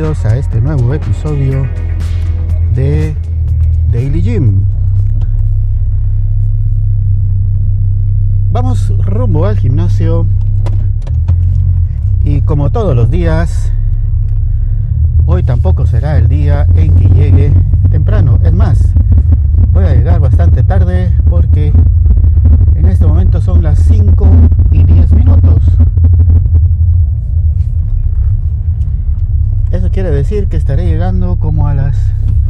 bienvenidos a este nuevo episodio de Daily Gym. Vamos rumbo al gimnasio y como todos los días, hoy tampoco será el día en que llegue temprano. Es más, voy a llegar bastante tarde porque en este momento son las 5:10. Eso quiere decir que estaré llegando como a las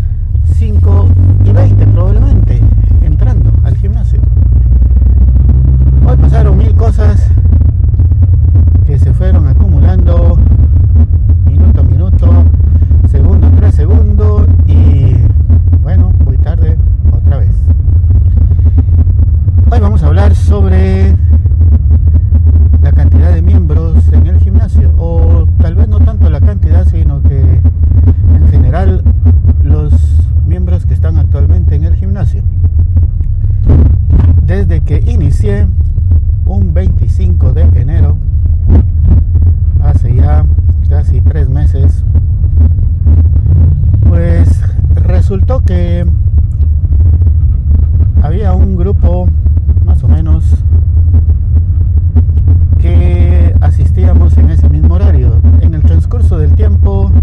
5:20 probablemente, entrando al gimnasio. Hoy pasaron 1000 cosas que se fueron acumulando minuto a minuto, segundo tras segundo, y bueno, voy tarde otra vez. Hoy vamos a hablar sobre la cantidad de miembros en el gimnasio, o tal vez no tanto la cantidad, sino que en general los miembros que están actualmente en el gimnasio. Desde que inicié un 25 de enero, hace ya casi 3 meses, pues resultó que había un grupo más o menos que asistíamos en ese mismo horario. En el transcurso del tiempo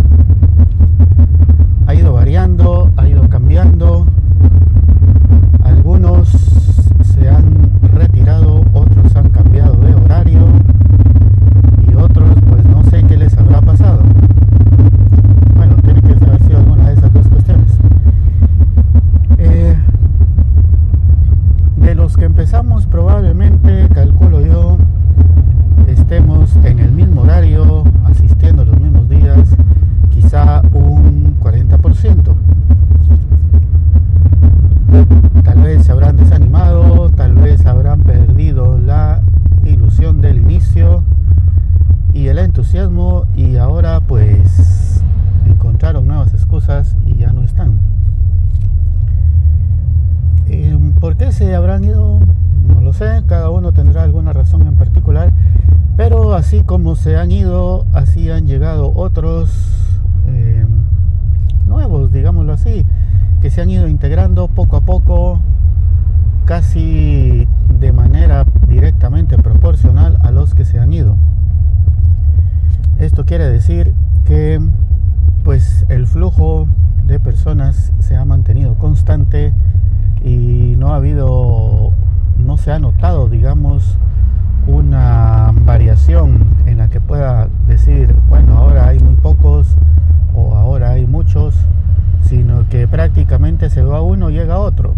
ha ido variando, ha ido cambiando. Algunos se han retirado, otros han cambiado de horario y otros pues no sé qué les habrá pasado. Bueno, tiene que haber sido alguna de esas dos cuestiones. De los que empezamos, probablemente, calculo yo, estemos en el mismo horario, asistiendo los mismos días, quizá un 40%. Tal vez se habrán desanimado, tal vez habrán perdido la ilusión del inicio y el entusiasmo, y ahora pues encontraron nuevas excusas y ya no están. ¿Por qué se habrán ido? No lo sé, cada uno tendrá alguna razón en particular, pero así como se han ido, así han llegado otros nuevos, digámoslo así, que se han ido integrando poco a poco, casi de manera directamente proporcional a los que se han ido. Esto quiere decir que pues el flujo de personas se ha mantenido constante y no se ha notado, digamos, una variación en la que pueda decir, bueno, ahora hay muy pocos o ahora hay muchos, sino que prácticamente se va uno y llega otro.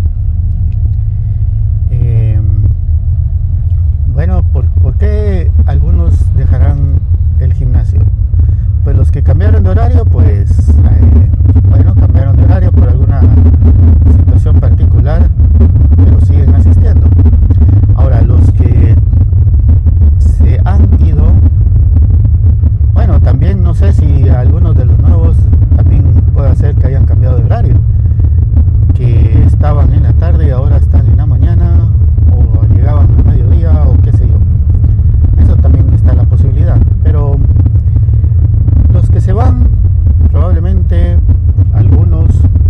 Bueno, ¿por qué algunos dejarán el gimnasio? Pues los que cambiaron de horario, pues bueno, cambiaron de horario por alguna situación particular, pero siguen asistiendo. Ahora, los que se han ido, bueno, también no sé si algunos de los nuevos también puede ser que hayan cambiado de horario, que estaban en la tarde y ahora están en la mañana, o llegaban al mediodía, o qué sé yo. Eso también está la posibilidad. Pero los que se van, probablemente algunos,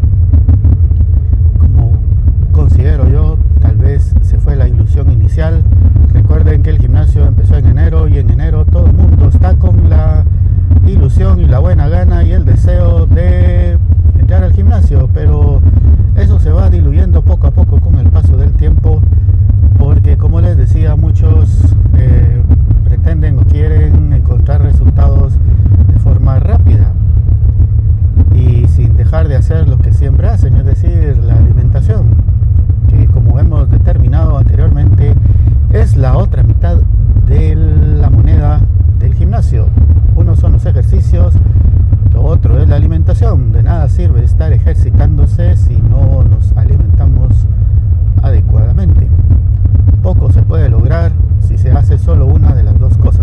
como considero yo, tal vez se fue la ilusión inicial. Recuerden que el gimnasio empezó en enero, y en enero todo el mundo está con la ilusión y la buena gana y el deseo de entrar al gimnasio, pero eso se va diluyendo poco a poco con el paso del tiempo, porque como les decía, muchos pretenden o quieren encontrar resultados de forma rápida y sin dejar de hacer lo que siempre hacen, es decir, la alimentación, que como hemos determinado anteriormente es la otra mitad de la moneda del gimnasio. Uno son los ejercicios, lo otro es la alimentación. De nada sirve estar ejercitándose si no nos alimentamos adecuadamente. Poco se puede lograr si se hace solo una de las dos cosas.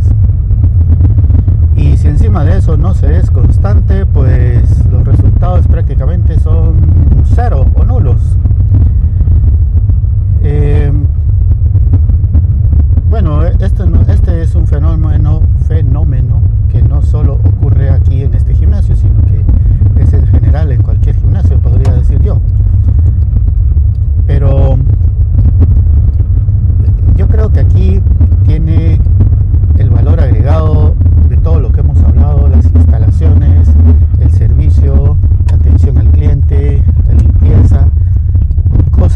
Y si encima de eso no se es constante, pues los resultados prácticamente son cero o nulos. Bueno, este es un fenómeno que no solo ocurre aquí en este gimnasio, sino que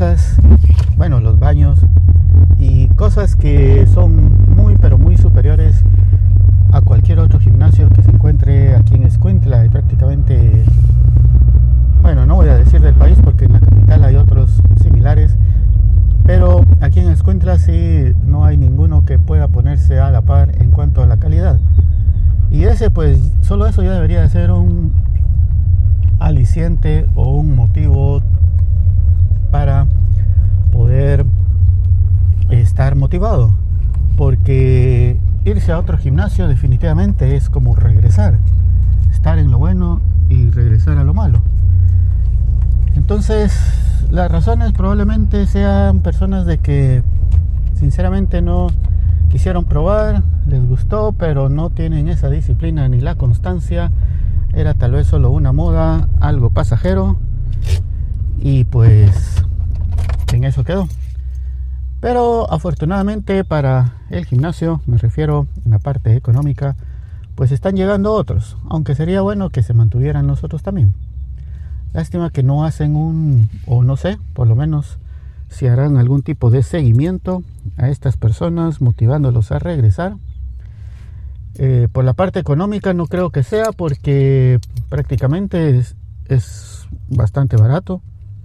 cosas, bueno, los baños y cosas que son muy pero muy superiores a cualquier otro gimnasio que se encuentre aquí en Escuintla y prácticamente, bueno, no voy a decir del país porque en la capital hay otros similares, pero aquí en Escuintla sí no hay ninguno que pueda ponerse a la par en cuanto a la calidad. Y ese, pues, solo eso ya debería ser un aliciente o un motivo para poder estar motivado, porque irse a otro gimnasio definitivamente es como regresar, estar en lo bueno y regresar a lo malo. Entonces, las razones probablemente sean personas de que sinceramente no quisieron probar, les gustó, pero no tienen esa disciplina ni la constancia. Era tal vez solo una moda, algo pasajero, y pues en eso quedó. Pero afortunadamente para el gimnasio, me refiero en la parte económica, pues están llegando otros, aunque sería bueno que se mantuvieran los otros también. Lástima que no hacen o no sé, por lo menos si harán algún tipo de seguimiento a estas personas, motivándolos a regresar. Por la parte económica no creo que sea, porque prácticamente es bastante barato.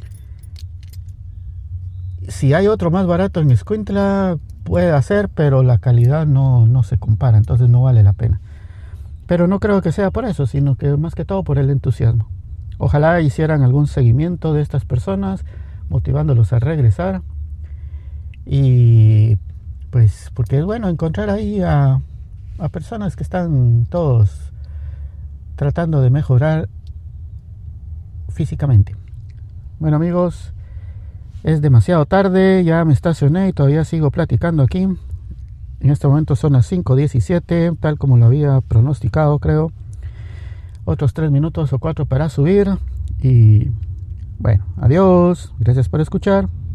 Si hay otro más barato en Escuintla, puede hacer, pero la calidad no se compara, entonces no vale la pena. Pero no creo que sea por eso, sino que más que todo por el entusiasmo. Ojalá hicieran algún seguimiento de estas personas, motivándolos a regresar. Y pues porque es bueno encontrar ahí a personas que están todos tratando de mejorar físicamente. Bueno, amigos, es demasiado tarde, ya me estacioné y todavía sigo platicando aquí. En este momento son las 5:17, tal como lo había pronosticado, creo. Otros 3 minutos o 4 para subir. Y bueno, adiós, gracias por escuchar.